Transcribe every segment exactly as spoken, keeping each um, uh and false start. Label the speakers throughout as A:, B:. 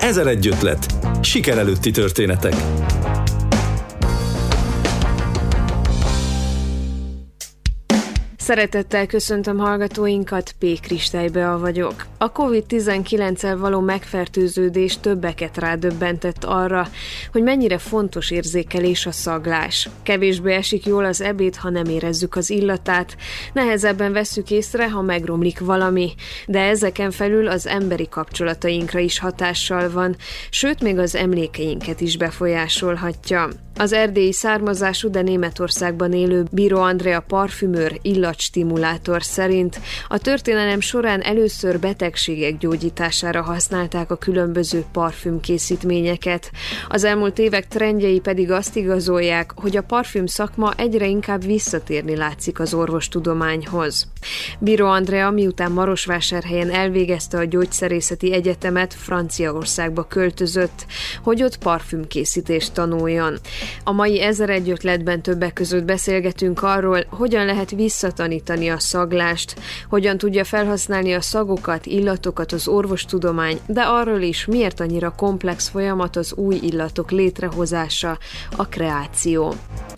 A: Ezer-egy ötlet. Siker előtti történetek.
B: Szeretettel köszöntöm hallgatóinkat, P. Kristálybea vagyok. A kovid tizenkilenccel való megfertőződés többeket rádöbbentett arra, hogy mennyire fontos érzékelés a szaglás. Kevésbé esik jól az ebéd, ha nem érezzük az illatát, nehezebben vesszük észre, ha megromlik valami, de ezeken felül az emberi kapcsolatainkra is hatással van, sőt még az emlékeinket is befolyásolhatja. Az erdélyi származású, de Németországban élő Biro Andrea parfümőr illatstimulátor szerint a történelem során először betegségek gyógyítására használták a különböző parfümkészítményeket. Az elmúlt évek trendjei pedig azt igazolják, hogy a parfüm szakma egyre inkább visszatérni látszik az orvostudományhoz. Biro Andrea miután Marosvásárhelyen elvégezte a gyógyszerészeti egyetemet, Franciaországba költözött, hogy ott parfümkészítést tanuljon. A mai Ezer-egy ötletben többek között beszélgetünk arról, hogyan lehet visszatanítani a szaglást, hogyan tudja felhasználni a szagokat, illatokat az orvostudomány, de arról is, miért annyira komplex folyamat az új illatok létrehozása, a kreáció.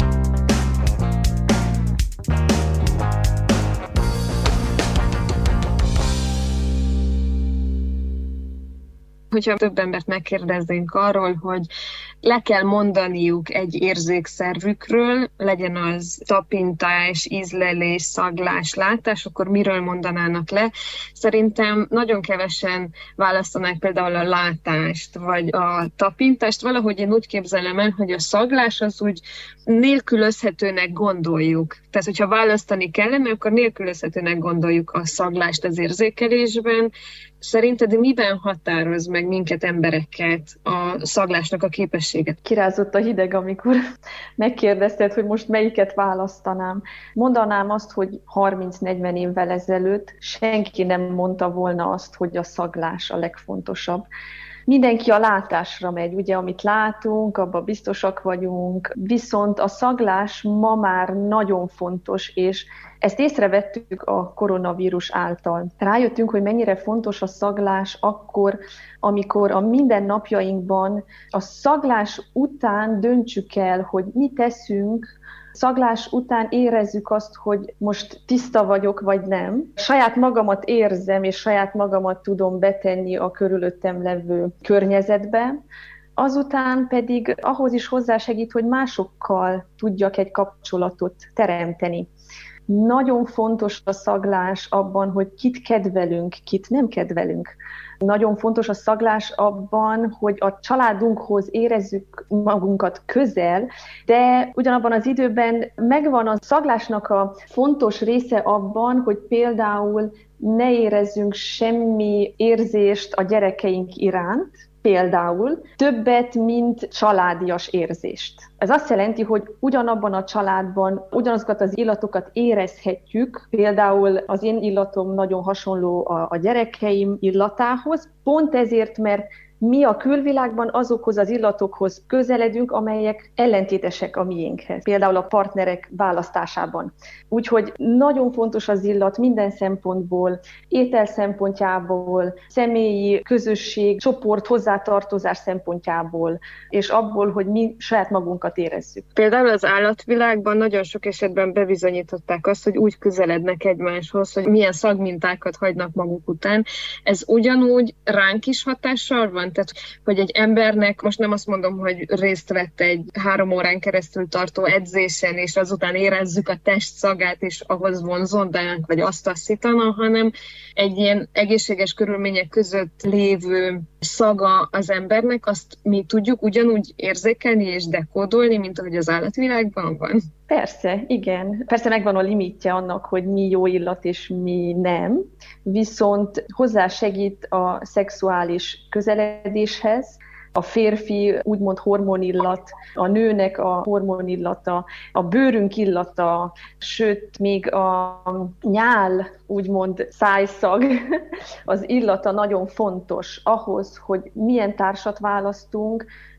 B: Hogyha több embert megkérdeznénk arról, hogy le kell mondaniuk egy érzékszervükről, legyen az tapintás, ízlelés, szaglás, látás, akkor miről mondanának le? Szerintem nagyon kevesen választanák például a látást, vagy a tapintást. Valahogy én úgy képzelem el, hogy a szaglás az úgy nélkülözhetőnek gondoljuk. Tehát, hogyha választani kellene, akkor nélkülözhetőnek gondoljuk a szaglást az érzékelésben. Szerinted miben határoz meg minket, embereket a szaglásnak a képességet?
C: Kirázott a hideg, amikor megkérdezted, hogy most melyiket választanám. Mondanám azt, hogy harminc-negyven évvel ezelőtt senki nem mondta volna azt, hogy a szaglás a legfontosabb. Mindenki a látásra megy, ugye, amit látunk, abban biztosak vagyunk, viszont a szaglás ma már nagyon fontos, és ezt észrevettük a koronavírus által. Rájöttünk, hogy mennyire fontos a szaglás akkor, amikor a mindennapjainkban a szaglás után döntsük el, hogy mit teszünk, szaglás után érezzük azt, hogy most tiszta vagyok, vagy nem. Saját magamat érzem, és saját magamat tudom betenni a körülöttem levő környezetbe. Azután pedig ahhoz is hozzásegít, hogy másokkal tudjak egy kapcsolatot teremteni. Nagyon fontos a szaglás abban, hogy kit kedvelünk, kit nem kedvelünk. Nagyon fontos a szaglás abban, hogy a családunkhoz érezzük magunkat közel, de ugyanabban az időben megvan a szaglásnak a fontos része abban, hogy például ne érezzünk semmi érzést a gyerekeink iránt, például többet, mint családias érzést. Ez azt jelenti, hogy ugyanabban a családban ugyanazokat az illatokat érezhetjük, például az én illatom nagyon hasonló a, a gyerekeim illatához, pont ezért, mert mi a külvilágban azokhoz az illatokhoz közeledünk, amelyek ellentétesek a miénkhez, például a partnerek választásában. Úgyhogy nagyon fontos az illat minden szempontból, étel szempontjából, személyi, közösség, csoport, hozzátartozás szempontjából, és abból, hogy mi saját magunkat érezzük.
B: Például az állatvilágban nagyon sok esetben bebizonyították azt, hogy úgy közelednek egymáshoz, hogy milyen szagmintákat hagynak maguk után. Ez ugyanúgy ránk is hatással van? Tehát, hogy egy embernek, most nem azt mondom, hogy részt vett egy három órán keresztül tartó edzésen, és azután érezzük a test szagát, és ahhoz vonzódnánk, vagy azt taszítana, hanem egy ilyen egészséges körülmények között lévő szaga az embernek, azt mi tudjuk ugyanúgy érzékelni és dekódolni, mint ahogy az állatvilágban van?
C: Persze, igen. Persze megvan a limitje annak, hogy mi jó illat és mi nem, viszont hozzásegít a szexuális közeledéshez, a férfi úgymond hormonillat, a nőnek a hormonillata, a bőrünk illata, sőt, még a nyál, úgymond szájszag, az illata nagyon fontos ahhoz, hogy milyen társat választunk,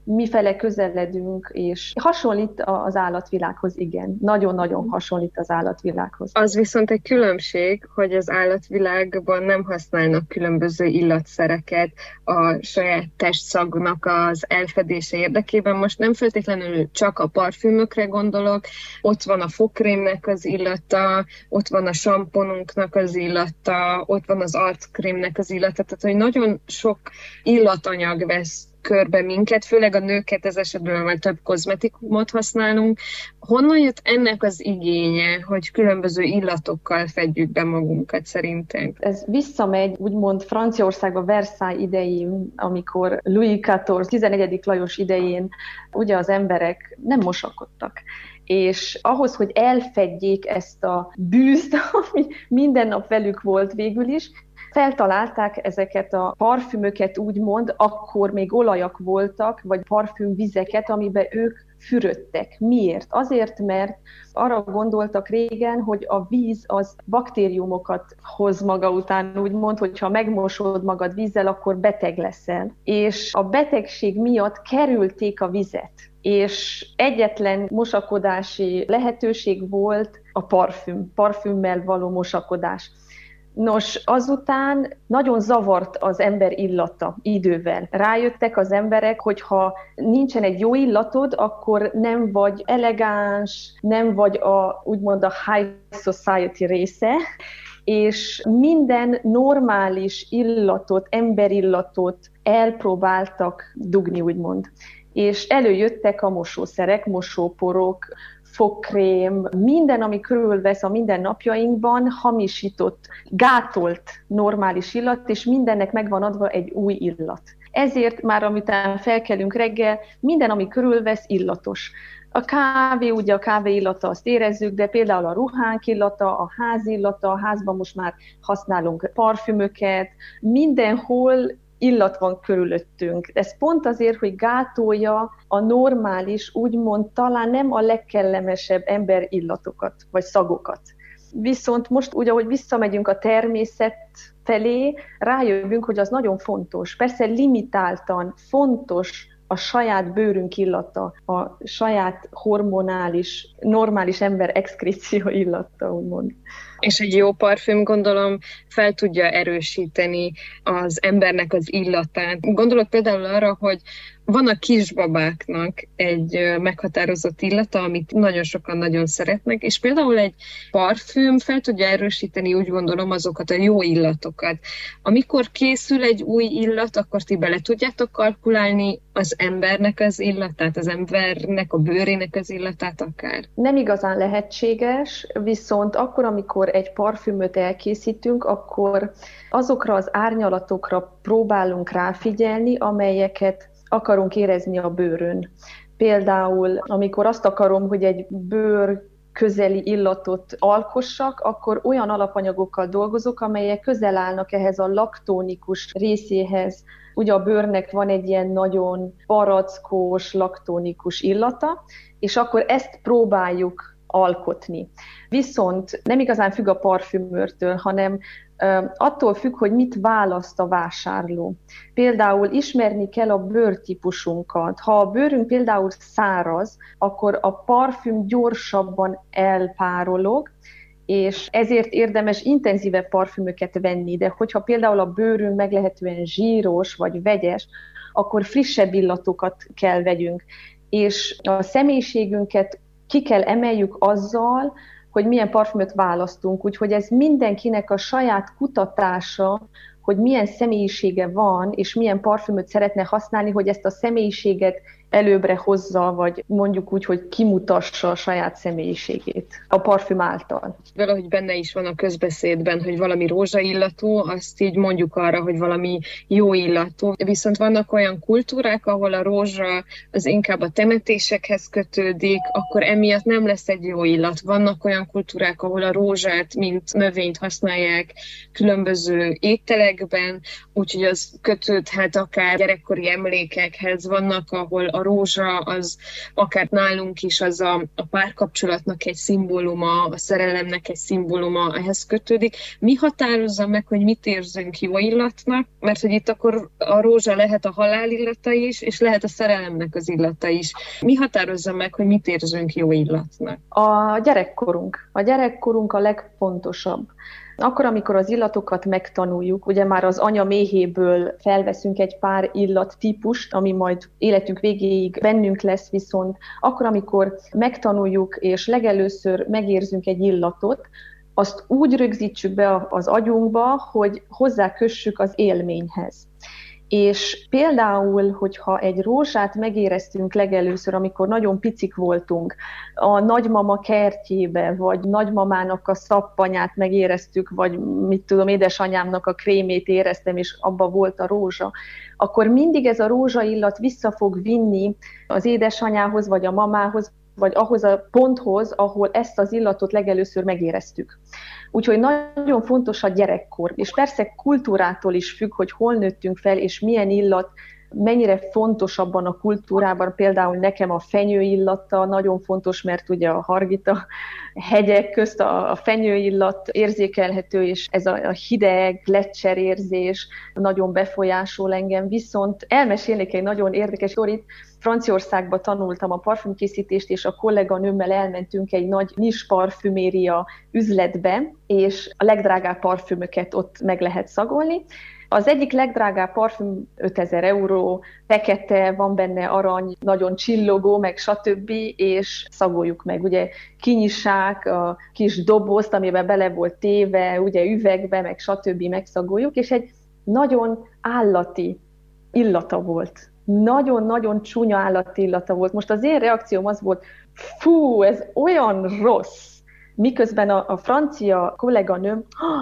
C: mifele közeledünk, és hasonlít az állatvilághoz, igen. Nagyon-nagyon hasonlít az állatvilághoz.
D: Az viszont egy különbség, hogy az állatvilágban nem használnak különböző illatszereket a saját testszagnak az elfedése érdekében. Most nem feltétlenül csak a parfümökre gondolok, ott van a fogkrémnek az illata, ott van a samponunknak az illata, ott van az arckrémnek az illata, tehát hogy nagyon sok illatanyag vesz körbe minket, főleg a nőket, ez esetben már több kozmetikumot használunk. Honnan jött ennek az igénye, hogy különböző illatokkal fedjük be magunkat szerintem?
C: Ez visszamegy, úgymond Franciaországba Versailles idején, amikor Louis quatorze, tizenegyedik Lajos idején ugye az emberek nem mosakodtak. És ahhoz, hogy elfedjék ezt a bűzt, ami minden nap velük volt végül is, feltalálták ezeket a parfümöket, úgymond, akkor még olajak voltak, vagy parfümvizeket, amiben ők fürödtek. Miért? Azért, mert arra gondoltak régen, hogy a víz az baktériumokat hoz maga után, úgymond, hogyha megmosod magad vízzel, akkor beteg leszel. És a betegség miatt kerülték a vizet. És egyetlen mosakodási lehetőség volt a parfüm, parfümmel való mosakodás. Nos, azután nagyon zavart az ember illata idővel. Rájöttek az emberek, hogy ha nincsen egy jó illatod, akkor nem vagy elegáns, nem vagy a, úgymond a high society része, és minden normális illatot, emberillatot elpróbáltak dugni, úgymond. És előjöttek a mosószerek, mosóporok, fogkrém, minden, ami körülvesz a mindennapjainkban, hamisított, gátolt normális illat, és mindennek megvan adva egy új illat. Ezért már, amitán felkelünk reggel, minden, ami körülvesz, illatos. A kávé, ugye a kávé illata, azt érezzük, de például a ruhánk illata, a ház illata, a házban most már használunk parfümöket, mindenhol illat van körülöttünk. Ez pont azért, hogy gátolja a normális, úgymond talán nem a legkellemesebb ember illatokat, vagy szagokat. Viszont most úgy, ahogy visszamegyünk a természet felé, rájövünk, hogy az nagyon fontos. Persze limitáltan fontos a saját bőrünk illata, a saját hormonális, normális ember exkréció illata, úgymond.
D: És egy jó parfüm, gondolom, fel tudja erősíteni az embernek az illatát. Gondolok például arra, hogy van a kisbabáknak egy meghatározott illata, amit nagyon sokan nagyon szeretnek, és például egy parfüm fel tudja erősíteni, úgy gondolom, azokat a jó illatokat. Amikor készül egy új illat, akkor ti bele tudjátok kalkulálni az embernek az illatát, az embernek a bőrének az illatát akár?
C: Nem igazán lehetséges, viszont akkor, amikor egy parfümöt elkészítünk, akkor azokra az árnyalatokra próbálunk ráfigyelni, amelyeket akarunk érezni a bőrön. Például, amikor azt akarom, hogy egy bőr közeli illatot alkossak, akkor olyan alapanyagokkal dolgozok, amelyek közel állnak ehhez a laktónikus részéhez. Ugye a bőrnek van egy ilyen nagyon barackós, laktónikus illata, és akkor ezt próbáljuk alkotni. Viszont nem igazán függ a parfümőrtől, hanem attól függ, hogy mit választ a vásárló. Például ismerni kell a bőrtípusunkat. Ha a bőrünk például száraz, akkor a parfüm gyorsabban elpárolog, és ezért érdemes intenzívebb parfümöket venni, de hogyha például a bőrünk meglehetően zsíros vagy vegyes, akkor frissebb illatokat kell vegyünk. És a személyiségünket ki kell emeljük azzal, hogy milyen parfümöt választunk. Úgyhogy ez mindenkinek a saját kutatása, hogy milyen személyisége van, és milyen parfümöt szeretne használni, hogy ezt a személyiséget előbbre hozza, vagy mondjuk úgy, hogy kimutassa a saját személyiségét a parfüm által.
D: Valahogy benne is van a közbeszédben, hogy valami rózsaillatú, azt így mondjuk arra, hogy valami jó illatú. Viszont vannak olyan kultúrák, ahol a rózsa az inkább a temetésekhez kötődik, akkor emiatt nem lesz egy jó illat. Vannak olyan kultúrák, ahol a rózsát, mint növényt használják különböző ételekben, úgyhogy az kötődhet akár gyerekkori emlékekhez. Vannak, ahol a a rózsa az akár nálunk is az a, a párkapcsolatnak egy szimbóluma, a szerelemnek egy szimbóluma, ehhez kötődik. Mi határozza meg, hogy mit érzünk jó illatnak? Mert hogy itt akkor a rózsa lehet a halál illata is, és lehet a szerelemnek az illata is. Mi határozza meg, hogy mit érzünk jó illatnak?
C: A gyerekkorunk. A gyerekkorunk a legfontosabb. Akkor, amikor az illatokat megtanuljuk, ugye már az anya méhéből felveszünk egy pár illattípust, ami majd életünk végéig bennünk lesz, viszont akkor, amikor megtanuljuk és legelőször megérzünk egy illatot, azt úgy rögzítsük be az agyunkba, hogy hozzákössük az élményhez. És például, hogyha egy rózsát megéreztünk legelőször, amikor nagyon picik voltunk, a nagymama kertjébe, vagy nagymamának a szappanyát megéreztük, vagy mit tudom, édesanyámnak a krémét éreztem, és abba volt a rózsa, akkor mindig ez a rózsaillat vissza fog vinni az édesanyához, vagy a mamához, vagy ahhoz a ponthoz, ahol ezt az illatot legelőször megéreztük. Úgyhogy nagyon fontos a gyerekkor, és persze kultúrától is függ, hogy hol nőttünk fel, és milyen illat, mennyire fontos abban a kultúrában. Például nekem a fenyő illata nagyon fontos, mert ugye a Hargita hegyek közt a, a fenyő illat érzékelhető, és ez a, a hideg, lecser érzés nagyon befolyásol engem. Viszont elmesélnék egy nagyon érdekes sztorit. Franciaországban tanultam a parfümkészítést, és a kolléganőmmel elmentünk egy nagy nis parfüméria üzletbe, és a legdrágább parfümöket ott meg lehet szagolni. Az egyik legdrágább parfüm ötezer euró, fekete, van benne arany, nagyon csillogó, meg stb., és szagoljuk meg. Ugye kinyissák a kis dobozt, amiben bele volt téve, ugye üvegbe, meg stb. Megszagoljuk, és egy nagyon állati illata volt. Nagyon-nagyon csúnya állati illata volt. Most az én reakcióm az volt, fú, ez olyan rossz. Miközben a, a francia kolléganőm,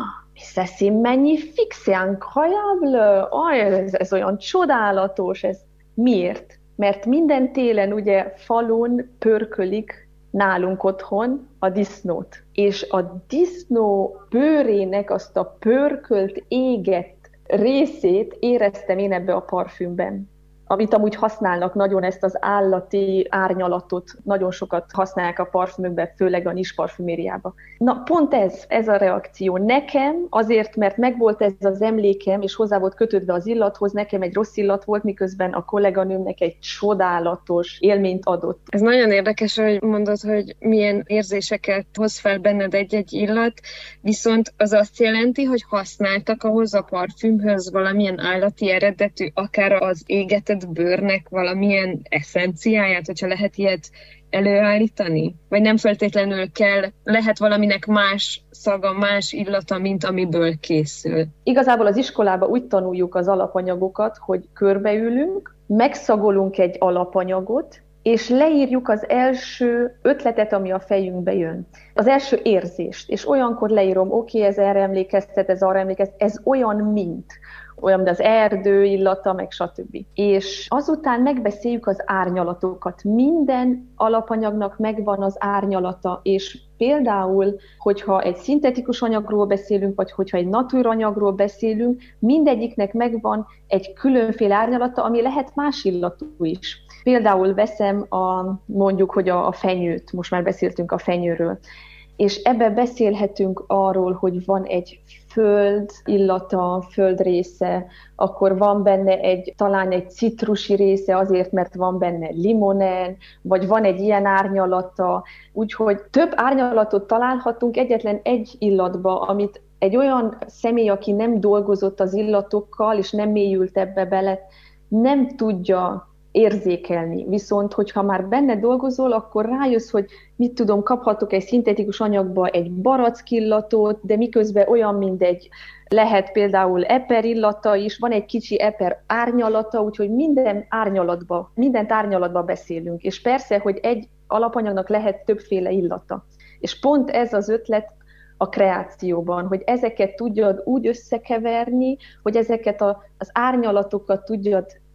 C: oh, ça c'est magnifique, c'est incroyable, oh, ez, ez olyan csodálatos. Ez. Miért? Mert minden télen ugye falun pörkölik nálunk otthon a disznót. És a disznó bőrének azt a pörkölt, égett részét éreztem én ebbe a parfümben, amit amúgy használnak nagyon, ezt az állati árnyalatot, nagyon sokat használják a parfümökben, főleg a nis parfümériában. Na, pont ez, ez a reakció. Nekem azért, mert megvolt ez az emlékem, és hozzá volt kötődve az illathoz, nekem egy rossz illat volt, miközben a kolléganőmnek egy csodálatos élményt adott.
D: Ez nagyon érdekes, hogy mondod, hogy milyen érzéseket hoz fel benned egy-egy illat, viszont az azt jelenti, hogy használtak ahhoz a parfümhöz valamilyen állati eredetű, akár az égetett bőrnek valamilyen eszenciáját, hogyha lehet ilyet előállítani? Vagy nem feltétlenül kell, lehet valaminek más szaga, más illata, mint amiből készül?
C: Igazából az iskolában úgy tanuljuk az alapanyagokat, hogy körbeülünk, megszagolunk egy alapanyagot, és leírjuk az első ötletet, ami a fejünkbe jön. Az első érzést. És olyankor leírom, oké, okay, ez erre emlékeztet, ez arra emlékeztet, ez olyan, mint. Olyan, mint az erdő illata, meg stb. És azután megbeszéljük az árnyalatokat. Minden alapanyagnak megvan az árnyalata, és például, hogyha egy szintetikus anyagról beszélünk, vagy hogyha egy natúranyagról beszélünk, mindegyiknek megvan egy különféle árnyalata, ami lehet más illatú is. Például veszem a, mondjuk, hogy a, a fenyőt, most már beszéltünk a fenyőről, és ebbe beszélhetünk arról, hogy van egy föld illata, földrésze, akkor van benne egy, talán egy citrusi része azért, mert van benne limonen, vagy van egy ilyen árnyalata, úgyhogy több árnyalatot találhatunk egyetlen egy illatba, amit egy olyan személy, aki nem dolgozott az illatokkal, és nem mélyült ebbe bele, nem tudja érzékelni. Viszont, hogyha már benne dolgozol, akkor rájössz, hogy mit tudom, kaphatok egy szintetikus anyagba egy barack illatot, de miközben olyan, mint egy, lehet például eper illata is, van egy kicsi eper árnyalata, úgyhogy minden árnyalatba, mindent árnyalatba beszélünk. És persze, hogy egy alapanyagnak lehet többféle illata. És pont ez az ötlet a kreációban, hogy ezeket tudjad úgy összekeverni, hogy ezeket a, az árnyalatokat tudjad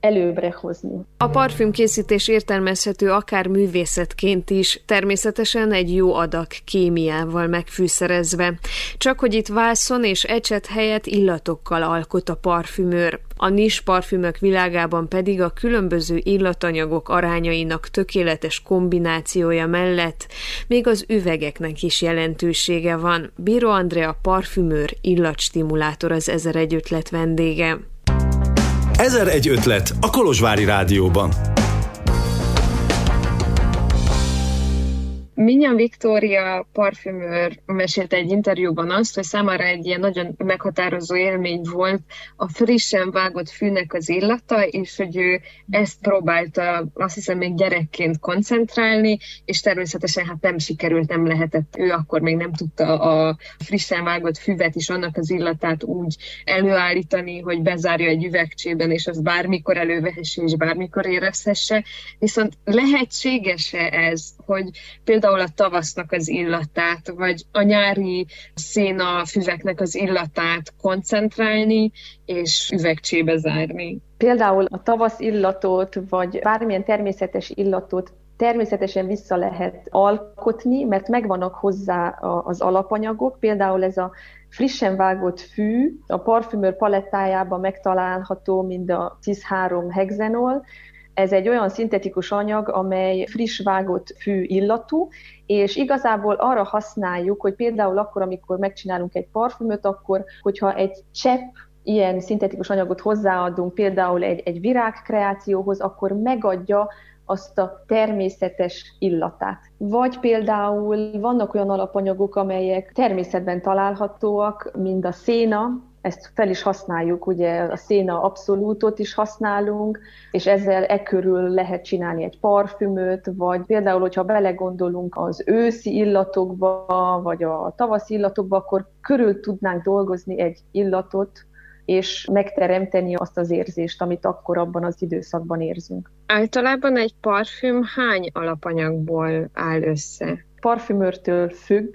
C: előbbre hozni.
B: A parfümkészítés értelmezhető akár művészetként is, természetesen egy jó adag kémiával megfűszerezve. Csak hogy itt vászon és ecset helyett illatokkal alkot a parfümőr. A nis parfümök világában pedig a különböző illatanyagok arányainak tökéletes kombinációja mellett még az üvegeknek is jelentősége van. Bíró Andrea parfümőr, illatstimulátor az ezer-egy ötlet vendége.
A: ezer-egy ötlet a Kolozsvári Rádióban.
D: Minyan Viktória parfümőr mesélte egy interjúban azt, hogy számára egy ilyen nagyon meghatározó élmény volt a frissen vágott fűnek az illata, és hogy ő ezt próbálta, azt hiszem, még gyerekként koncentrálni, és természetesen hát nem sikerült, nem lehetett. Ő akkor még nem tudta a frissen vágott füvet is, annak az illatát úgy előállítani, hogy bezárja egy üvegcsében, és az bármikor elővehesse, és bármikor érezhesse. Viszont lehetséges-e ez, hogy például a tavasznak az illatát, vagy a nyári szénafüveknek az illatát koncentrálni, és üvegcsébe zárni?
C: Például a tavasz illatot, vagy bármilyen természetes illatot természetesen vissza lehet alkotni, mert megvannak hozzá az alapanyagok. Például ez a frissen vágott fű a parfümőr palettájában megtalálható, mind a tíz-három hexenol. Ez egy olyan szintetikus anyag, amely friss vágott fű illatú, és igazából arra használjuk, hogy például akkor, amikor megcsinálunk egy parfümöt, akkor, hogyha egy csepp ilyen szintetikus anyagot hozzáadunk például egy, egy virágkreációhoz, akkor megadja azt a természetes illatát. Vagy például vannak olyan alapanyagok, amelyek természetben találhatóak, mint a széna, ezt fel is használjuk, ugye a széna abszolútot is használunk, és ezzel e körül lehet csinálni egy parfümöt, vagy például, hogyha belegondolunk az őszi illatokba, vagy a tavaszi illatokba, akkor körül tudnánk dolgozni egy illatot, és megteremteni azt az érzést, amit akkor abban az időszakban érzünk.
D: Általában egy parfüm hány alapanyagból áll össze?
C: Parfümőrtől függ,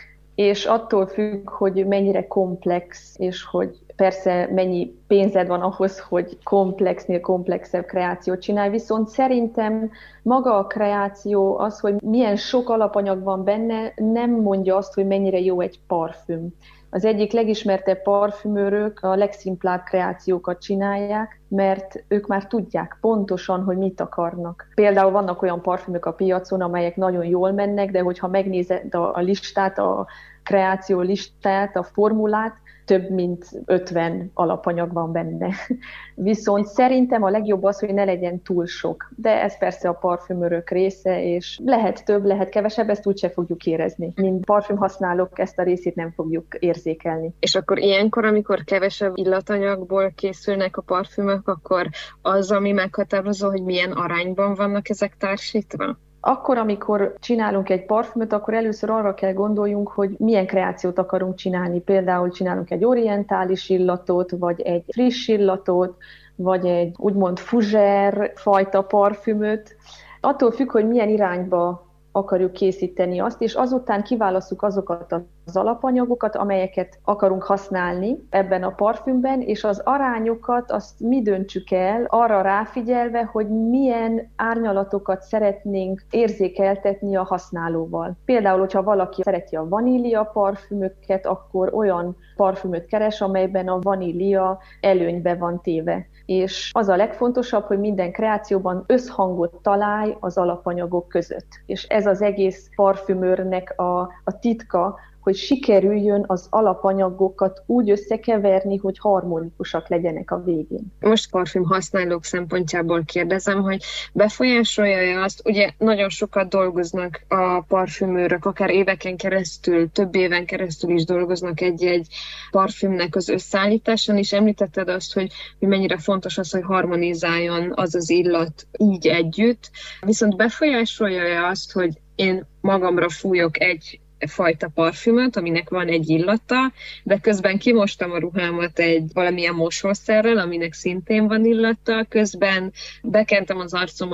C: és attól függ, hogy mennyire komplex, és hogy persze mennyi pénzed van ahhoz, hogy komplexnél komplexebb kreációt csinálj, viszont szerintem maga a kreáció, az, hogy milyen sok alapanyag van benne, nem mondja azt, hogy mennyire jó egy parfüm. Az egyik legismertebb parfümőrök a legszimplább kreációkat csinálják, mert ők már tudják pontosan, hogy mit akarnak. Például vannak olyan parfümök a piacon, amelyek nagyon jól mennek, de hogyha megnézed a listát, a kreáció listát, a formulát, több mint ötven alapanyag van benne. Viszont szerintem a legjobb az, hogy ne legyen túl sok. De ez persze a parfümőrök része, és lehet több, lehet kevesebb, ezt úgyse fogjuk érezni. Mint parfümhasználók ezt a részét nem fogjuk érzékelni.
D: És akkor ilyenkor, amikor kevesebb illatanyagból készülnek a parfümök, akkor az, ami meghatározó, hogy milyen arányban vannak ezek társítva?
C: Akkor, amikor csinálunk egy parfümöt, akkor először arra kell gondoljunk, hogy milyen kreációt akarunk csinálni. Például csinálunk egy orientális illatot, vagy egy friss illatot, vagy egy úgymond fuzser fajta parfümöt. Attól függ, hogy milyen irányba akarjuk készíteni azt, és azután kiválasszuk azokat az alapanyagokat, amelyeket akarunk használni ebben a parfümben, és az arányokat azt mi döntsük el, arra ráfigyelve, hogy milyen árnyalatokat szeretnénk érzékeltetni a használóval. Például, hogyha valaki szereti a vanília parfümöket, akkor olyan parfümöt keres, amelyben a vanília előnybe van téve. És az a legfontosabb, hogy minden kreációban összhangot találj az alapanyagok között. És ez az egész parfümőrnek a, a titka, hogy sikerüljön az alapanyagokat úgy összekeverni, hogy harmonikusak legyenek a végén.
D: Most parfüm használók szempontjából kérdezem, hogy befolyásolja azt, ugye nagyon sokat dolgoznak a parfümőrök, akár éveken keresztül, több éven keresztül is dolgoznak egy-egy parfümnek az összeállításán, és említetted azt, hogy, hogy mennyire fontos az, hogy harmonizáljon az az illat így együtt, viszont befolyásolja azt, hogy én magamra fújok egy fajta parfümöt, aminek van egy illata, de közben kimostam a ruhámat egy valamilyen mosószerrel, aminek szintén van illata, közben bekentem az arcomat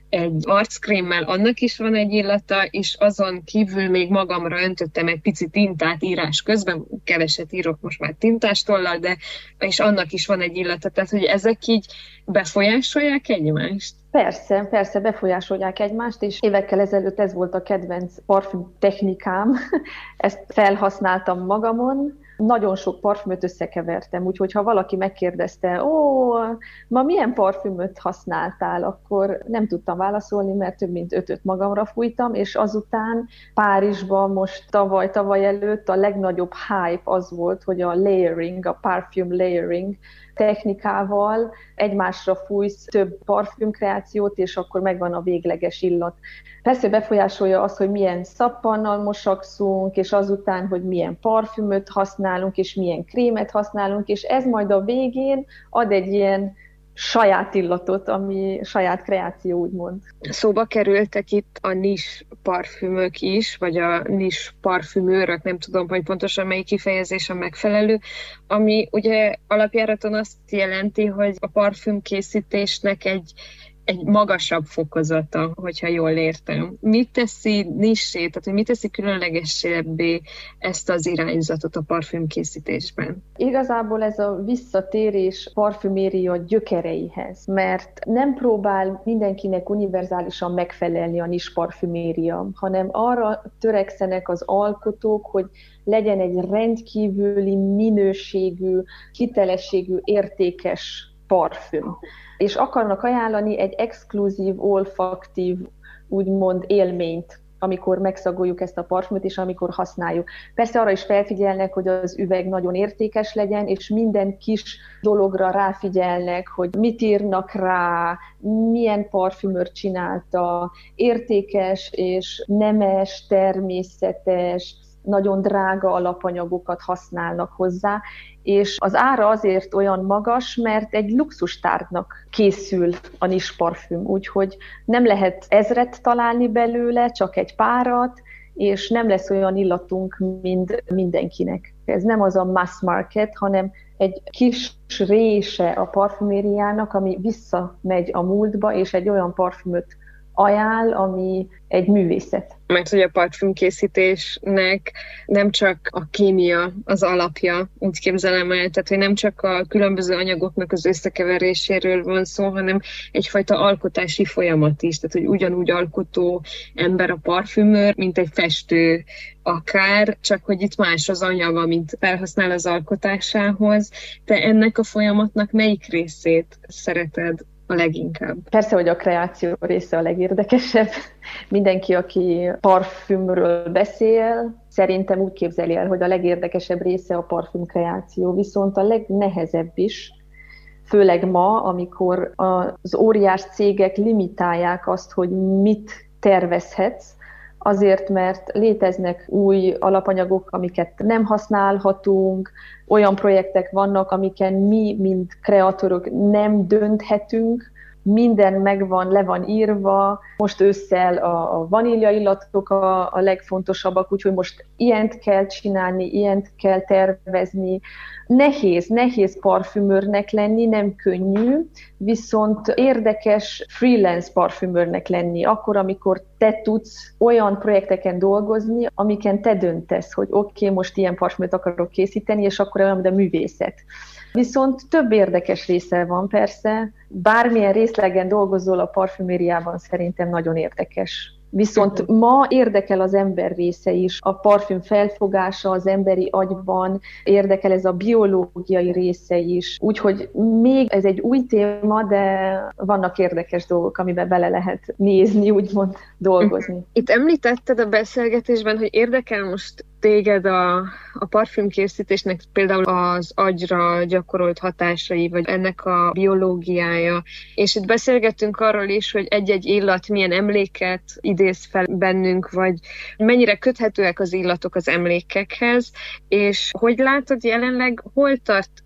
D: egy arckrémmel, annak is van egy illata, és azon kívül még magamra öntöttem egy pici tintát írás közben, keveset írok most már tintástollal, de és annak is van egy illata, tehát hogy ezek így befolyásolják egymást?
C: Persze, persze befolyásolják egymást, és évekkel ezelőtt ez volt a kedvenc parfüm technikám, ezt felhasználtam magamon, nagyon sok parfümöt összekevertem, úgyhogy ha valaki megkérdezte, ó, ma milyen parfümöt használtál, akkor nem tudtam válaszolni, mert több mint ötöt magamra fújtam, és azután Párizsban most tavaly, tavaly előtt a legnagyobb hype az volt, hogy a layering, a parfüm layering technikával egymásra fújsz több parfümkreációt, és akkor megvan a végleges illat. Persze befolyásolja azt, hogy milyen szappannal mosakszunk, és azután, hogy milyen parfümöt használunk, és milyen krémet használunk, és ez majd a végén ad egy ilyen saját illatot, ami saját kreáció, úgymond.
D: Szóba kerültek itt a nis parfümök is, vagy a nis parfümőrök, nem tudom, hogy pontosan melyik kifejezés a megfelelő, ami ugye alapjáraton azt jelenti, hogy a parfümkészítésnek egy egy magasabb fokozata, hogyha jól értem. Mit teszi nissé, tehát hogy mit teszi különlegesebbé ezt az irányzatot a parfümkészítésben?
C: Igazából ez a visszatérés parfüméria gyökereihez, mert nem próbál mindenkinek univerzálisan megfelelni a niche parfüméria, hanem arra törekszenek az alkotók, hogy legyen egy rendkívüli minőségű, hitelességű, értékes parfüm. És akarnak ajánlani egy exkluzív, olfaktív, úgymond élményt, amikor megszagoljuk ezt a parfümöt, és amikor használjuk. Persze arra is felfigyelnek, hogy az üveg nagyon értékes legyen, és minden kis dologra ráfigyelnek, hogy mit írnak rá, milyen parfümőr csinálta, értékes és nemes, természetes, nagyon drága alapanyagokat használnak hozzá, és az ára azért olyan magas, mert egy luxustárgynak készül a niche parfüm, úgyhogy nem lehet ezret találni belőle, csak egy párat, és nem lesz olyan illatunk, mint mindenkinek. Ez nem az a mass market, hanem egy kis része a parfümériának, ami visszamegy a múltba, és egy olyan parfümöt ajánl, ami egy művészet.
D: Mert hogy a parfümkészítésnek nem csak a kémia az alapja, úgy képzelem el, tehát hogy nem csak a különböző anyagoknak az összekeveréséről van szó, hanem egyfajta alkotási folyamat is, tehát hogy ugyanúgy alkotó ember a parfümőr, mint egy festő akár, csak hogy itt más az anyag, amit felhasznál az alkotásához. Te ennek a folyamatnak melyik részét szereted a leginkább?
C: Persze, hogy a kreáció része a legérdekesebb. Mindenki, aki parfümről beszél, szerintem úgy képzeli el, hogy a legérdekesebb része a parfümkreáció, viszont a legnehezebb is, főleg ma, amikor az óriás cégek limitálják azt, hogy mit tervezhetsz, azért, mert léteznek új alapanyagok, amiket nem használhatunk, olyan projektek vannak, amiken mi, mint kreatőrök nem dönthetünk, minden megvan, le van írva, most ősszel a, a vanília illatok a, a legfontosabbak, úgyhogy most ilyent kell csinálni, ilyent kell tervezni. Nehéz, nehéz parfümőrnek lenni, nem könnyű, viszont érdekes freelance parfümőrnek lenni, akkor, amikor te tudsz olyan projekteken dolgozni, amiken te döntesz, hogy oké, okay, most ilyen parfümöt akarok készíteni, és akkor olyan, de művészet. Viszont több érdekes része van persze, bármilyen részlegen dolgozol a parfümériában szerintem nagyon érdekes. Viszont ma érdekel az ember része is, a parfüm felfogása az emberi agyban, érdekel ez a biológiai része is. Úgyhogy még ez egy új téma, de vannak érdekes dolgok, amiben bele lehet nézni, úgymond dolgozni.
D: Itt említetted a beszélgetésben, hogy érdekel most téged a, a parfümkészítésnek például az agyra gyakorolt hatásai, vagy ennek a biológiája. És itt beszélgettünk arról is, hogy egy-egy illat milyen emléket idéz fel bennünk, vagy mennyire köthetőek az illatok az emlékekhez, és hogy látod jelenleg, hol tart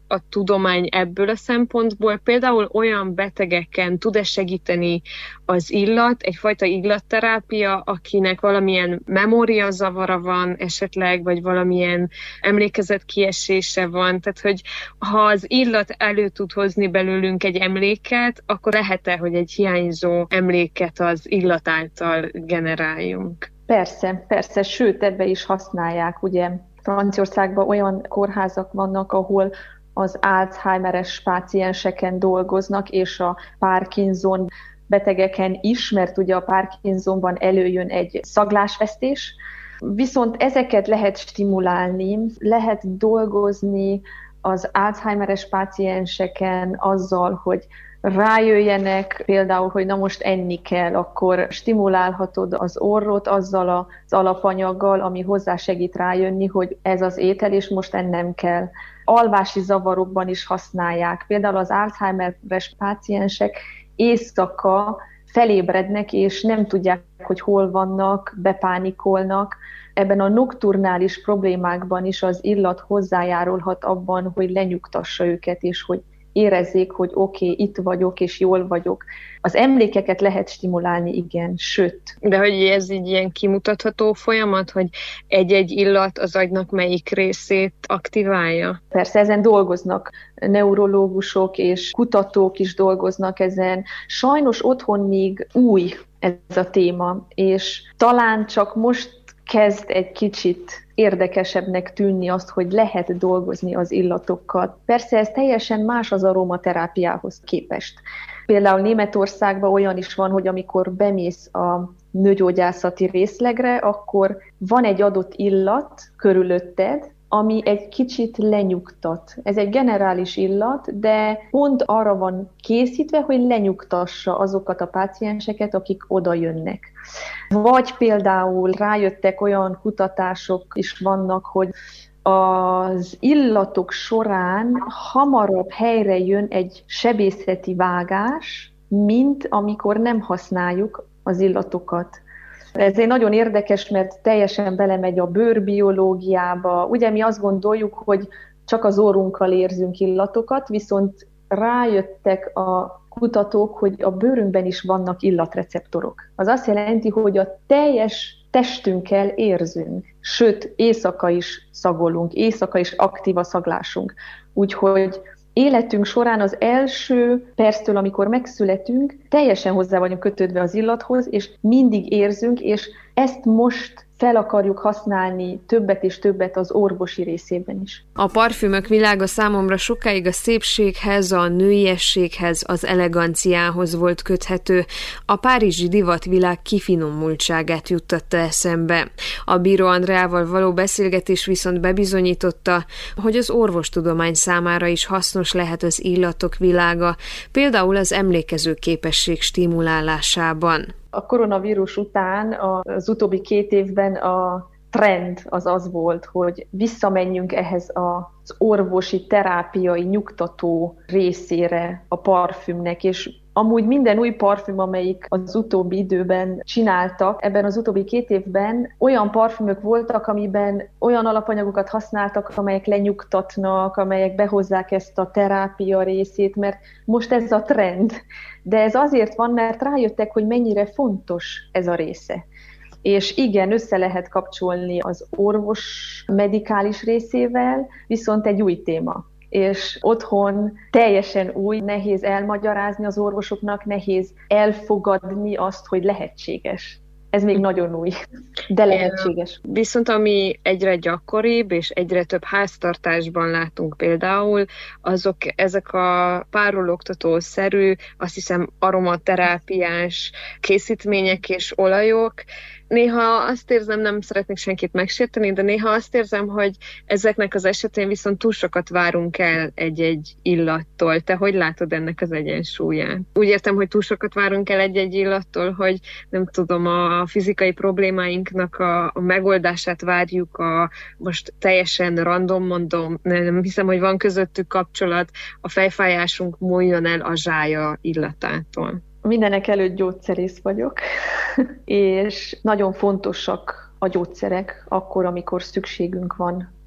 D: a tudomány ebből a szempontból? Például olyan betegeken tud-e segíteni az illat, egyfajta illatterápia, akinek valamilyen memóriazavara van esetleg, vagy valamilyen emlékezetkiesése van? Tehát, hogy ha az illat elő tud hozni belőlünk egy emléket, akkor lehet-e, hogy egy hiányzó emléket az illat által generáljunk?
C: Persze, persze, sőt, ebbe is használják. Ugye Franciaországban olyan kórházak vannak, ahol az Alzheimeres pácienseken dolgoznak, és a Parkinson betegeken is, mert ugye a Parkinsonban előjön egy szaglásvesztés. Viszont ezeket lehet stimulálni, lehet dolgozni az Alzheimeres pácienseken azzal, hogy rájöjjenek például, hogy na most enni kell, akkor stimulálhatod az orrot azzal az alapanyaggal, ami hozzásegít rájönni, hogy ez az étel, és most ennem kell. Alvási zavarokban is használják. Például az Alzheimeres páciensek éjszaka felébrednek, és nem tudják, hogy hol vannak, bepánikolnak. Ebben a nokturnális problémákban is az illat hozzájárulhat abban, hogy lenyugtassa őket, és hogy érezzék, hogy oké, okay, itt vagyok, és jól vagyok. Az emlékeket lehet stimulálni, igen, sőt.
D: De hogy ez így ilyen kimutatható folyamat, hogy egy-egy illat az agynak melyik részét aktiválja?
C: Persze, ezen dolgoznak neurológusok, és kutatók is dolgoznak ezen. Sajnos otthon még új ez a téma, és talán csak most kezd egy kicsit érdekesebbnek tűnni azt, hogy lehet dolgozni az illatokkal. Persze ez teljesen más az aromaterápiához képest. Például Németországban olyan is van, hogy amikor bemész a nőgyógyászati részlegre, akkor van egy adott illat körülötted, ami egy kicsit lenyugtat. Ez egy generális illat, de pont arra van készítve, hogy lenyugtassa azokat a pácienseket, akik oda jönnek. Vagy például rájöttek, olyan kutatások is vannak, hogy az illatok során hamarabb helyre jön egy sebészeti vágás, mint amikor nem használjuk az illatokat. Ez egy nagyon érdekes, mert teljesen belemegy a bőrbiológiába. Ugye mi azt gondoljuk, hogy csak az orrunkkal érzünk illatokat, viszont rájöttek a kutatók, hogy a bőrünkben is vannak illatreceptorok. Az azt jelenti, hogy a teljes testünkkel érzünk, sőt, éjszaka is szagolunk, éjszaka is aktív a szaglásunk. Úgyhogy életünk során az első perctől, amikor megszületünk, teljesen hozzá vagyunk kötődve az illathoz, és mindig érzünk, és ezt most fel akarjuk használni többet és többet az orvosi részében is.
B: A parfümök világa számomra sokáig a szépséghez, a nőiességhez, az eleganciához volt köthető. A párizsi divatvilág kifinomultságát juttatta eszembe. A Bíró Andreával való beszélgetés viszont bebizonyította, hogy az orvostudomány számára is hasznos lehet az illatok világa, például az emlékező képesség stimulálásában.
C: A koronavírus után az utóbbi két évben a trend az az volt, hogy visszamenjünk ehhez az orvosi, terápiai, nyugtató részére a parfümnek, és amúgy minden új parfüm, amelyik az utóbbi időben csináltak, ebben az utóbbi két évben olyan parfümök voltak, amiben olyan alapanyagokat használtak, amelyek lenyugtatnak, amelyek behozzák ezt a terápia részét, mert most ez a trend. De ez azért van, mert rájöttek, hogy mennyire fontos ez a része. És igen, össze lehet kapcsolni az orvos medikális részével, viszont egy új téma. És otthon teljesen új, nehéz elmagyarázni az orvosoknak, nehéz elfogadni azt, hogy lehetséges. Ez még nagyon új, de lehetséges.
D: Viszont ami egyre gyakoribb, és egyre több háztartásban látunk például, azok ezek a párologtató-szerű, azt hiszem aromaterápiás készítmények és olajok. Néha azt érzem, nem szeretnék senkit megsérteni, de néha azt érzem, hogy ezeknek az esetén viszont túl sokat várunk el egy-egy illattól. Te hogy látod ennek az egyensúlyát? Úgy értem, hogy túl sokat várunk el egy-egy illattól, hogy nem tudom, a fizikai problémáinknak a, a megoldását várjuk, a, most teljesen random mondom, nem hiszem, hogy van közöttük kapcsolat, a fejfájásunk múljon el a zsája illatától.
C: Mindenek előtt gyógyszerész vagyok, és nagyon fontosak a gyógyszerek akkor, amikor szükségünk van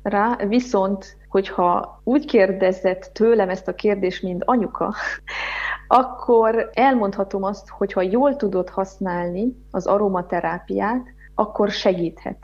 C: rá, viszont hogyha úgy kérdezett tőlem ezt a kérdést, mint anyuka, akkor elmondhatom azt, hogy ha jól tudod használni az aromaterápiát, akkor segíthet.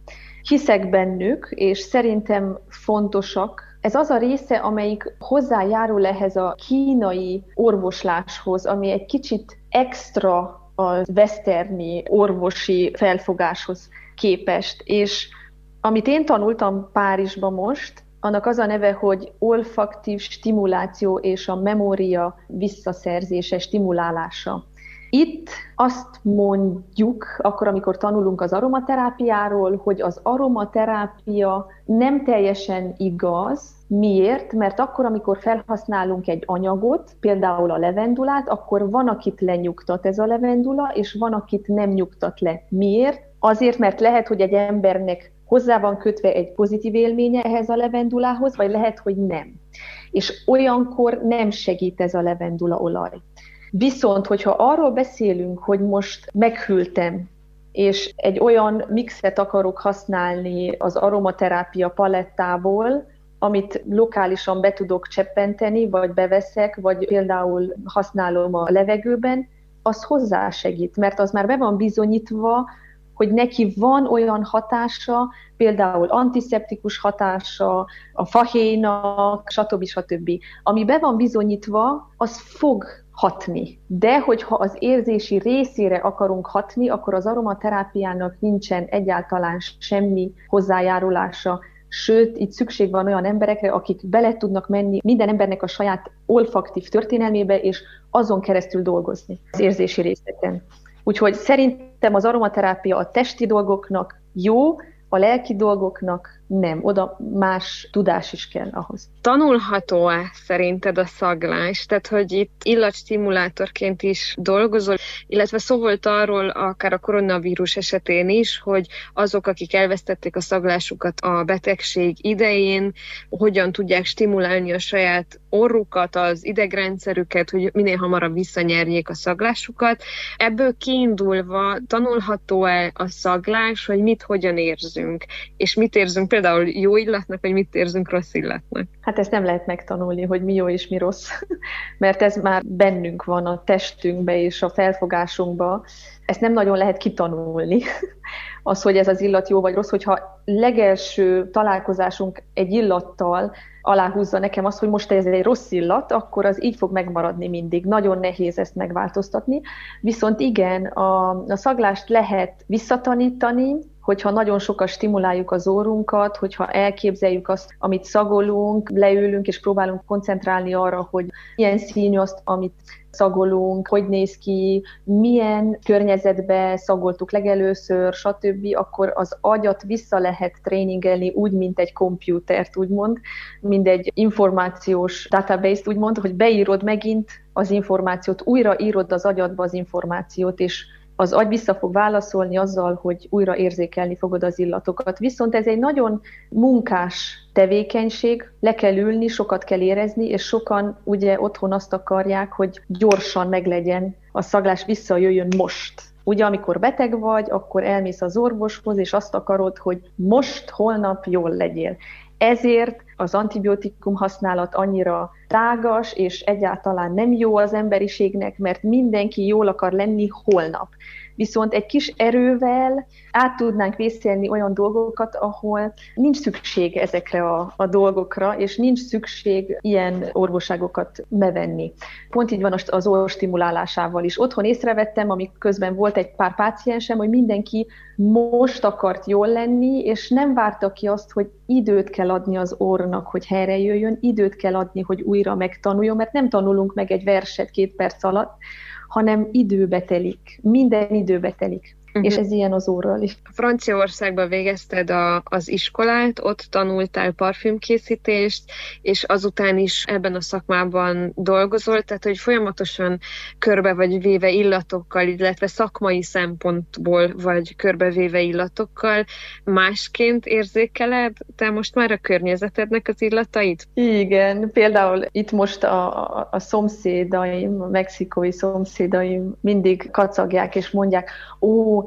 C: Hiszek bennük, és szerintem fontosak. Ez az a része, amelyik hozzájárul ehhez a kínai orvosláshoz, ami egy kicsit extra a westerni orvosi felfogáshoz képest. És amit én tanultam Párizsban most, annak az a neve, hogy olfaktív stimuláció és a memória visszaszerzése, stimulálása. Itt azt mondjuk, akkor, amikor tanulunk az aromaterápiáról, hogy az aromaterápia nem teljesen igaz. Miért? Mert akkor, amikor felhasználunk egy anyagot, például a levendulát, akkor van, akit lenyugtat ez a levendula, és van, akit nem nyugtat le. Miért? Azért, mert lehet, hogy egy embernek hozzá van kötve egy pozitív élménye ehhez a levendulához, vagy lehet, hogy nem. És olyankor nem segít ez a levendulaolaj. Viszont, hogyha arról beszélünk, hogy most meghűltem, és egy olyan mixet akarok használni az aromaterápia palettából, amit lokálisan be tudok cseppenteni, vagy beveszek, vagy például használom a levegőben, az hozzásegít, mert az már be van bizonyítva, hogy neki van olyan hatása, például antiszeptikus hatása, a fahéjnak, stb. stb. Ami be van bizonyítva, az fog hatni. De hogyha az érzési részére akarunk hatni, akkor az aromaterápiának nincsen egyáltalán semmi hozzájárulása. Sőt, itt szükség van olyan emberekre, akik bele tudnak menni minden embernek a saját olfaktív történelmébe, és azon keresztül dolgozni az érzési részeken. Úgyhogy szerintem az aromaterápia a testi dolgoknak jó, a lelki dolgoknak nem. Oda más tudás is kell ahhoz.
D: Tanulható-e szerinted a szaglás? Tehát, hogy itt illatstimulátorként is dolgozol, illetve szó volt arról, akár a koronavírus esetén is, hogy azok, akik elvesztették a szaglásukat a betegség idején, hogyan tudják stimulálni a saját orrukat, az idegrendszerüket, hogy minél hamarabb visszanyerjék a szaglásukat. Ebből kiindulva tanulható-e a szaglás, hogy mit hogyan érzünk, és mit érzünk például jó illatnak, vagy mit érzünk rossz illatnak?
C: Hát ezt nem lehet megtanulni, hogy mi jó és mi rossz, mert ez már bennünk van a testünkben és a felfogásunkban. Ezt nem nagyon lehet kitanulni, az, hogy ez az illat jó vagy rossz, hogyha legelső találkozásunk egy illattal aláhúzza nekem azt, hogy most ez egy rossz illat, akkor az így fog megmaradni mindig. Nagyon nehéz ezt megváltoztatni. Viszont igen, a, a szaglást lehet visszatanítani, hogyha nagyon sokat stimuláljuk az orrunkat, hogyha elképzeljük azt, amit szagolunk, leülünk és próbálunk koncentrálni arra, hogy milyen színű azt, amit szagolunk, hogy néz ki, milyen környezetbe szagoltuk legelőször, stb., akkor az agyat vissza lehet tréningelni úgy, mint egy kompjútert, úgymond, mint egy információs database-t, úgymond, hogy beírod megint az információt, újra írod az agyadba az információt, és az agy vissza fog válaszolni azzal, hogy újra érzékelni fogod az illatokat. Viszont ez egy nagyon munkás tevékenység, le kell ülni, sokat kell érezni, és sokan ugye otthon azt akarják, hogy gyorsan meglegyen, a szaglás visszajöjjön most. Ugye, amikor beteg vagy, akkor elmész az orvoshoz, és azt akarod, hogy most, holnap jól legyél. Ezért az antibiotikum használat annyira tágas, és egyáltalán nem jó az emberiségnek, mert mindenki jól akar lenni holnap. Viszont egy kis erővel át tudnánk vészelni olyan dolgokat, ahol nincs szükség ezekre a, a dolgokra, és nincs szükség ilyen orvosságokat bevenni. Pont így van az orr stimulálásával is. Otthon észrevettem, amik közben volt egy pár páciensem, hogy mindenki most akart jól lenni, és nem várta ki azt, hogy időt kell adni az orrnak, hogy helyre jöjjön, időt kell adni, hogy újra megtanuljon, mert nem tanulunk meg egy verset két perc alatt, hanem időbe telik. Minden időbe telik. Uh-huh. És ez ilyen az orral is.
D: Franciaországban végezted a, az iskolát, ott tanultál parfümkészítést, és azután is ebben a szakmában dolgozol, tehát hogy folyamatosan körbe vagy véve illatokkal, illetve szakmai szempontból vagy körbevéve illatokkal. Másként érzékeled te most már a környezetednek az illatait?
C: Igen, például itt most a, a, a szomszédaim, a mexikói szomszédaim mindig kacagják és mondják, ó,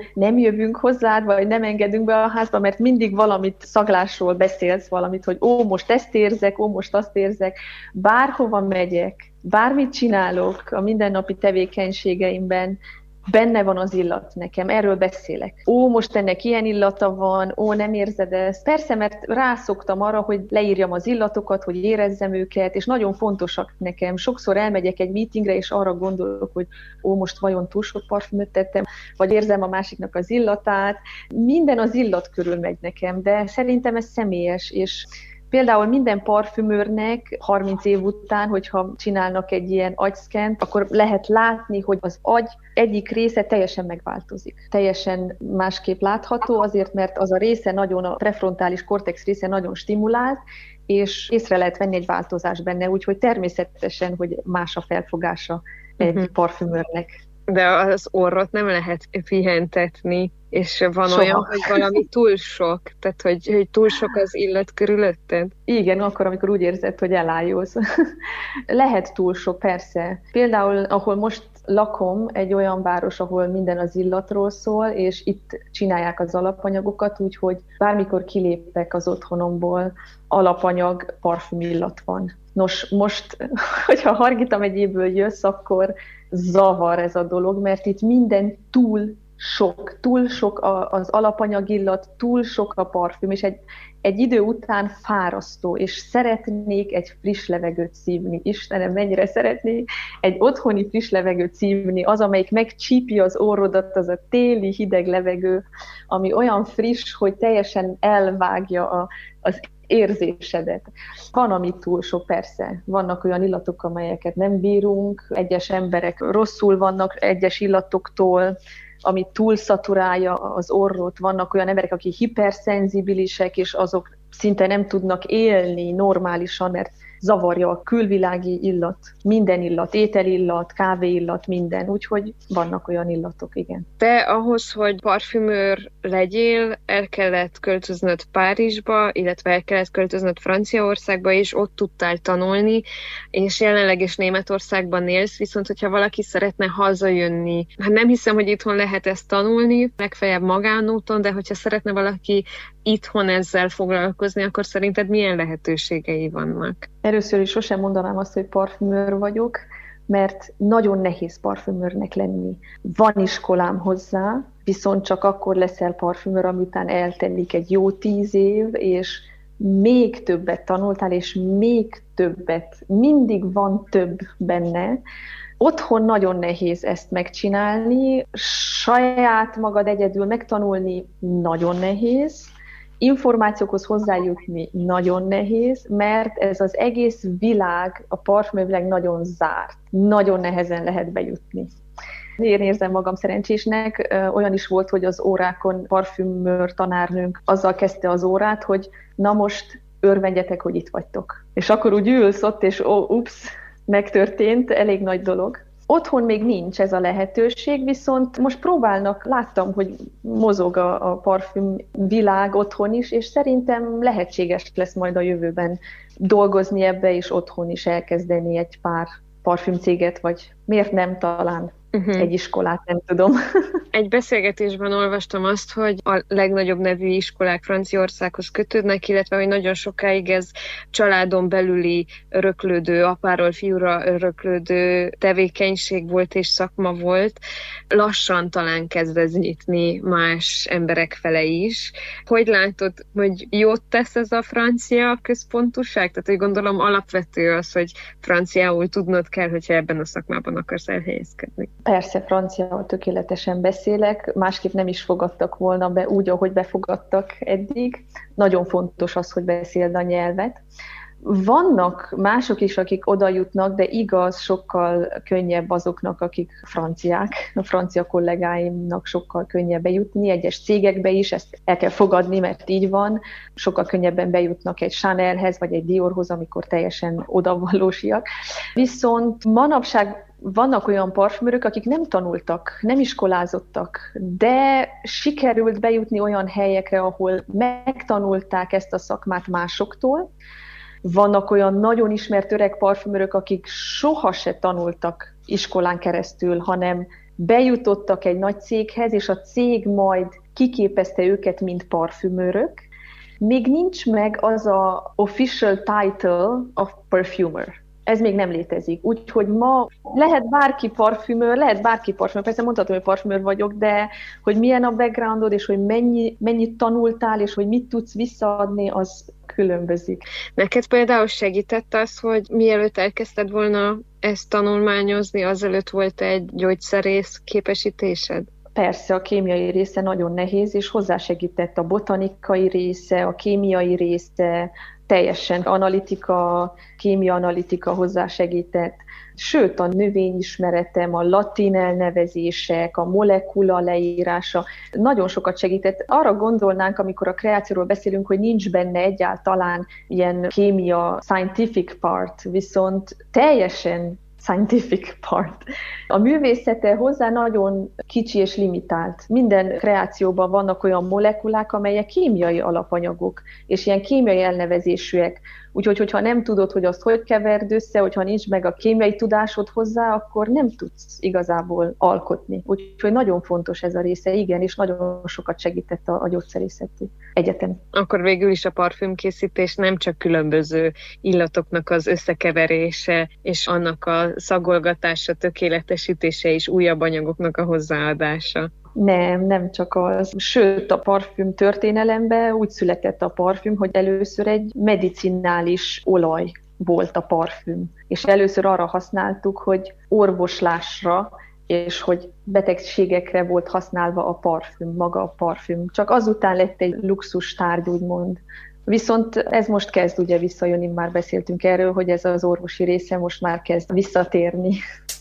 C: nem jövünk hozzád, vagy nem engedünk be a házba, mert mindig valamit szaglásról beszélsz, valamit, hogy ó, most ezt érzek, ó, most azt érzek. Bárhova megyek, bármit csinálok a mindennapi tevékenységeimben, benne van az illat nekem, erről beszélek. Ó, most ennek ilyen illata van, ó, nem érzed ezt. Persze, mert rászoktam arra, hogy leírjam az illatokat, hogy érezzem őket, és nagyon fontosak nekem. Sokszor elmegyek egy meetingre, és arra gondolok, hogy ó, most vajon túl sok parfümöt tettem, vagy érzem a másiknak az illatát. Minden az illat körül megy nekem, de szerintem ez személyes, és például minden parfümőrnek harminc év után, hogyha csinálnak egy ilyen agyszkent, akkor lehet látni, hogy az agy egyik része teljesen megváltozik. Teljesen másképp látható, azért, mert az a része nagyon, a prefrontális kortex része nagyon stimulált, és észre lehet venni egy változás benne, úgyhogy természetesen, hogy más a felfogása egy uh-huh. parfümőrnek.
D: De az orrot nem lehet pihentetni, és van
C: Soha.
D: Olyan, hogy valami túl sok, tehát hogy, hogy túl sok az illat körülötted?
C: Igen, akkor, amikor úgy érzed, hogy elájulsz. Lehet túl sok, persze. Például, ahol most lakom, egy olyan város, ahol minden az illatról szól, és itt csinálják az alapanyagokat, úgyhogy bármikor kilépek az otthonomból, alapanyag, parfümillat van. Nos, most, hogyha Hargita megyéből jössz, akkor zavar ez a dolog, mert itt minden túl sok, túl sok az alapanyagillat, túl sok a parfüm, és egy, egy idő után fárasztó, és szeretnék egy friss levegőt szívni. Istenem, mennyire szeretnék egy otthoni friss levegőt szívni, az, amelyik megcsípi az orrodat, az a téli hideg levegő, ami olyan friss, hogy teljesen elvágja a, az érzésedet. Van, ami túl sok, persze. Vannak olyan illatok, amelyeket nem bírunk, egyes emberek rosszul vannak egyes illatoktól, ami túl szaturálja az orrot. Vannak olyan emberek, akik hiperszenzibilisek, és azok szinte nem tudnak élni normálisan, mert zavarja a külvilági illat, minden illat, ételillat, kávéillat, minden, úgyhogy vannak olyan illatok, igen.
D: De ahhoz, hogy parfümőr legyél, el kellett költöznöd Párizsba, illetve el kellett költöznöd Franciaországba, és ott tudtál tanulni, és jelenleg is Németországban élsz, viszont hogyha valaki szeretne hazajönni, hát nem hiszem, hogy itthon lehet ezt tanulni, legfeljebb magánúton, de hogyha szeretne valaki itthon ezzel foglalkozni, akkor szerinted milyen lehetőségei vannak?
C: Először is sosem mondanám azt, hogy parfümőr vagyok, mert nagyon nehéz parfümőrnek lenni. Van iskolám hozzá, viszont csak akkor leszel parfümőr, amitán eltelik egy jó tíz év, és még többet tanultál, és még többet, mindig van több benne. Otthon nagyon nehéz ezt megcsinálni, saját magad egyedül megtanulni nagyon nehéz, információkhoz hozzájutni nagyon nehéz, mert ez az egész világ, a parfümvilág nagyon zárt. Nagyon nehezen lehet bejutni. Én érzem magam szerencsésnek, olyan is volt, hogy az órákon parfümőr tanárnőnk azzal kezdte az órát, hogy na most örvendjetek, hogy itt vagytok. És akkor úgy ülsz ott, és ó, ups, megtörtént, elég nagy dolog. Otthon még nincs ez a lehetőség, viszont most próbálnak, láttam, hogy mozog a, a parfüm világ otthon is, és szerintem lehetséges lesz majd a jövőben dolgozni ebbe, és otthon is elkezdeni egy pár parfümcéget, vagy miért nem talán uh-huh. egy iskolát, nem tudom.
D: Egy beszélgetésben olvastam azt, hogy a legnagyobb nevű iskolák Franciaországhoz kötődnek, illetve hogy nagyon sokáig ez családon belüli öröklődő, apáról fiúra öröklődő tevékenység volt és szakma volt. Lassan talán kezd ez nyitni más emberek fele is. Hogy látod, hogy jót tesz ez a francia központúság? Tehát, hogy gondolom alapvető az, hogy franciául tudnod kell, hogyha ebben a szakmában akarsz elhelyezkedni.
C: Persze, franciául tökéletesen beszélek, másképp nem is fogadtak volna be úgy, ahogy befogadtak eddig. Nagyon fontos az, hogy beszéld a nyelvet. Vannak mások is, akik oda jutnak, de igaz, sokkal könnyebb azoknak, akik franciák. A francia kollégáimnak sokkal könnyebb bejutni, egyes cégekbe is, ezt el kell fogadni, mert így van. Sokkal könnyebben bejutnak egy Chanelhez, vagy egy Diorhoz, amikor teljesen odavalósiak. Viszont manapság vannak olyan parfümörök, akik nem tanultak, nem iskolázottak, de sikerült bejutni olyan helyekre, ahol megtanulták ezt a szakmát másoktól. Vannak olyan nagyon ismert öreg parfümörök, akik soha se tanultak iskolán keresztül, hanem bejutottak egy nagy céghez, és a cég majd kiképezte őket, mint parfümőrök. Még nincs meg az a official title of perfumer. Ez még nem létezik. Úgyhogy ma lehet bárki parfümőr, lehet bárki parfümőr, persze mondhatom, hogy parfümőr vagyok, de hogy milyen a backgroundod, és hogy mennyi, mennyit tanultál, és hogy mit tudsz visszaadni, az különbözik.
D: Neked például segített az, hogy mielőtt elkezdted volna ezt tanulmányozni, azelőtt volt egy gyógyszerész képesítésed?
C: Persze, a kémiai része nagyon nehéz, és hozzásegített a botanikai része, a kémiai része, teljesen analitika, kémia analitika hozzásegített. Sőt, a növényismeretem, a latin elnevezések, a molekula leírása nagyon sokat segített. Arra gondolnánk, amikor a kreációról beszélünk, hogy nincs benne egyáltalán ilyen kémia, scientific part, viszont teljesen scientific part. A művészete hozzá nagyon kicsi és limitált. Minden kreációban vannak olyan molekulák, amelyek kémiai alapanyagok, és ilyen kémiai elnevezésűek. Úgyhogy, hogyha nem tudod, hogy azt hogy keverd össze, hogyha nincs meg a kémiai tudásod hozzá, akkor nem tudsz igazából alkotni. Úgyhogy nagyon fontos ez a része, igen, és nagyon sokat segített a, a gyógyszerészeti egyetem.
D: Akkor végül is a parfümkészítés nem csak különböző illatoknak az összekeverése, és annak a szagolgatása, tökéletesítése és újabb anyagoknak a hozzáadása.
C: Nem, nem csak az. Sőt, a parfüm történelemben úgy született a parfüm, hogy először egy medicinális olaj volt a parfüm. És először arra használtuk, hogy orvoslásra és hogy betegségekre volt használva a parfüm, maga a parfüm. Csak azután lett egy luxus tárgy, úgymond. Viszont ez most kezd ugye visszajönni, már beszéltünk erről, hogy ez az orvosi része most már kezd visszatérni.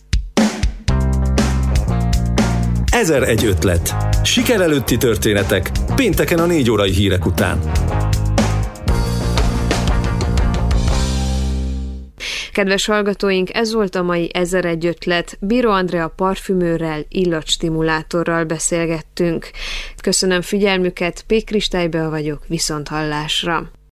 A: Ezer-egy ötlet. Siker előtti történetek. Pénteken a négy órai hírek után.
B: Kedves hallgatóink, ez volt a mai Ezer-egy ötlet. Bíró Andrea parfümőrrel, illatstimulátorral beszélgettünk. Köszönöm figyelmüket, Pék Kristálybe vagyok, viszont hallásra.